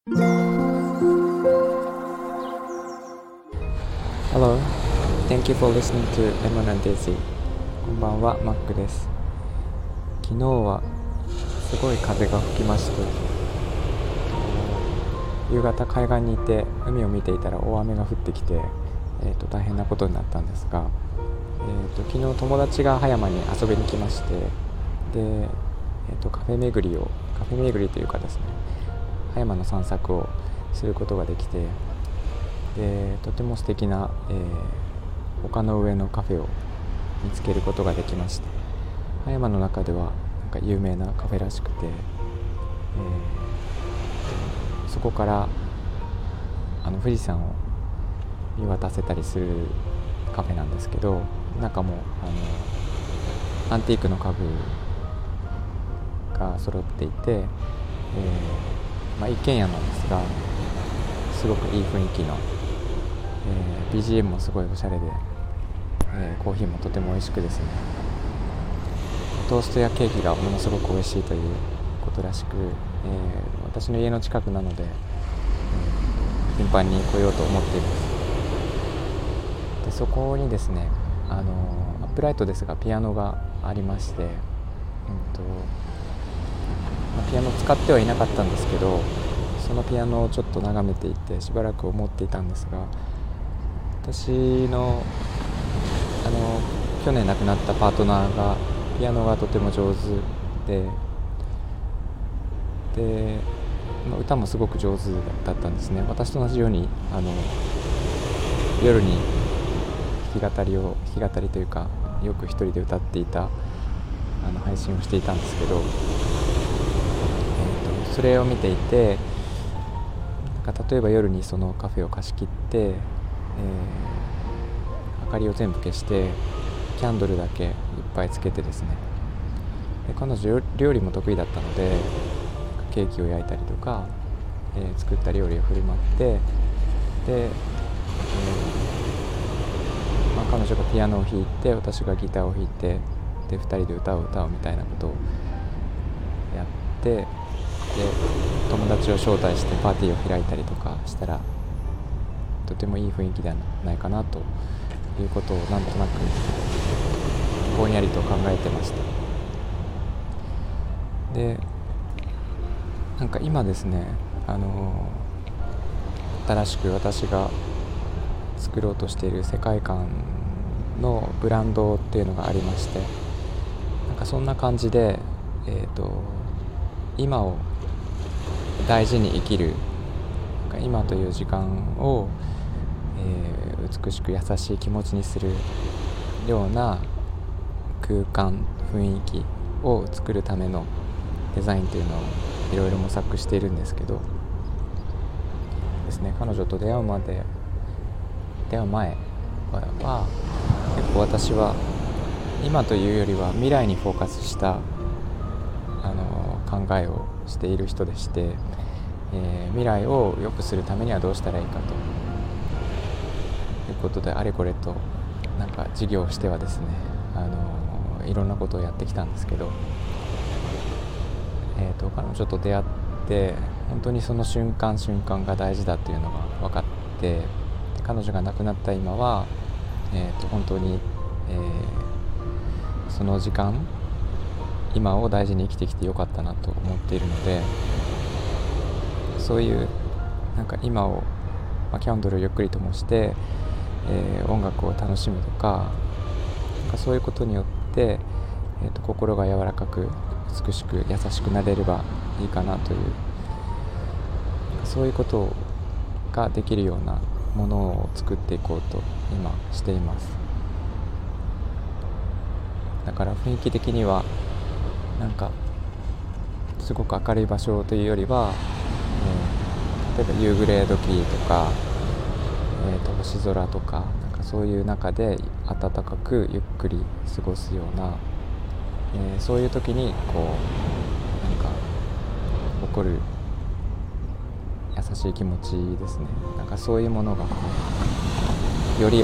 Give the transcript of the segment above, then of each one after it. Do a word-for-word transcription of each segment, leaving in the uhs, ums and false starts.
Hello, thank you for listening to Lemon and Daisy. こんばんは、マックです。昨日はすごい風が吹きまして、夕方海岸にいて海を見ていたら大雨が降ってきて、えー、と大変なことになったんですが、えー、と昨日友達が葉山に遊びに来まして、で、えー、とカフェ巡りをカフェ巡りというかですね、葉山の散策をすることができて、でとても素敵な、えー、丘の上のカフェを見つけることができまして、葉山の中ではなんか有名なカフェらしくて、えー、そこからあの富士山を見渡せたりするカフェなんですけど、中もあのアンティークの家具が揃っていて、えーまあ、一軒家なんですが、すごくいい雰囲気の、えー、ビージーエム もすごいおしゃれで、えー、コーヒーもとても美味しくですね、トーストやケーキがものすごく美味しいということらしく、えー、私の家の近くなので、えー、頻繁に来ようと思っています。でそこにですね、あのアップライトですがピアノがありまして、うんとまあ、ピアノ使ってはいなかったんですけど、そのピアノをちょっと眺めていてしばらく思っていたんですが、私のあの去年亡くなったパートナーがピアノがとても上手で、で、まあ、歌もすごく上手だったんですね。私と同じようにあの夜に弾き語りを弾き語りというかよく一人で歌っていたあの配信をしていたんですけど、えーと、それを見ていて、なんか例えば夜にそのカフェを貸し切って、えー、明かりを全部消してキャンドルだけいっぱいつけてですね、で彼女料理も得意だったのでケーキを焼いたりとか、えー、作った料理を振る舞って、で、えーまあ、彼女がピアノを弾いて私がギターを弾いて、でふたりで歌を歌うみたいなことをやって、で友達を招待してパーティーを開いたりとかしたらとてもいい雰囲気ではないかなということをなんとなくぼんやりと考えてました。でなんか今ですね、あの新しく私が作ろうとしている世界観のブランドっていうのがありまして、なんかそんな感じで、えーと、今を大事に生きる、なんか今という時間を、えー、美しく優しい気持ちにするような空間雰囲気を作るためのデザインというのをいろいろ模索しているんですけどですね、彼女と出会うまで出会う前は結構私は今というよりは未来にフォーカスしたあの考えをしている人でして、えー、未来を良くするためにはどうしたらいいかということであれこれとなんか事業をしてはですね、あのいろんなことをやってきたんですけど、えーと、彼女と出会って本当にその瞬間瞬間が大事だというのが分かって、彼女が亡くなった今は、えーと、本当に、えー、その時間今を大事に生きてきてよかったなと思っているので、そういうなんか今を、まあ、キャンドルをゆっくりともして、えー、音楽を楽しむとか、なんかそういうことによって、えーと、心が柔らかく美しく優しくなれればいいかなという、そういうことができるようなものを作っていこうと今しています。だから雰囲気的にはなんかすごく明るい場所というよりは、えー、例えば夕暮れ時とか、えー、と星空とか、なんかそういう中で暖かくゆっくり過ごすような、えー、そういう時にこうなんか起こる優しい気持ちですね。なんかそういうものがこうより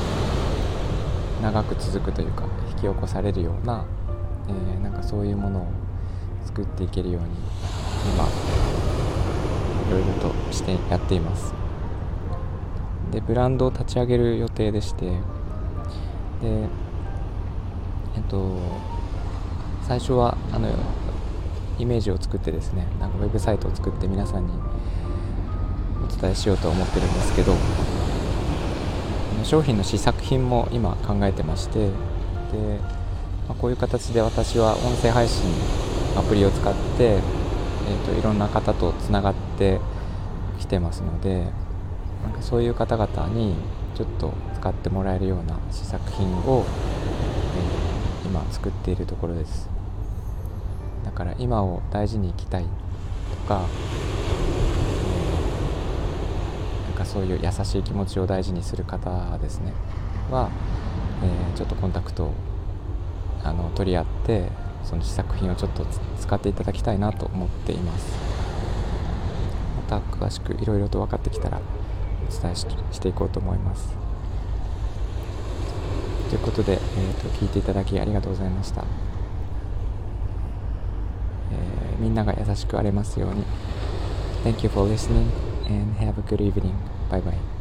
長く続くというか引き起こされるような、えー、なんかそういうものを作っていけるように今いろいいろとしてやっています。でブランドを立ち上げる予定でして、でえっと最初はあのイメージを作ってですね、なんかウェブサイトを作って皆さんにお伝えしようと思ってるんですけど、商品の試作品も今考えてまして、で、まあ、こういう形で私は音声配信アプリを使って、えーと、いろんな方とつながってきてますので、なんかそういう方々にちょっと使ってもらえるような試作品を、えー、今作っているところです。だから今を大事に生きたいとか、なんかそういう優しい気持ちを大事にする方ですねは、えー、ちょっとコンタクトをあの取り合って、その試作品をちょっと使っていただきたいなと思っています。また詳しくいろいろと分かってきたらお伝え し, していこうと思います。ということで、えー、と聞いていただきありがとうございました。えー、みんなが優しくありますように。 Thank you for listening and have a good evening. Bye bye.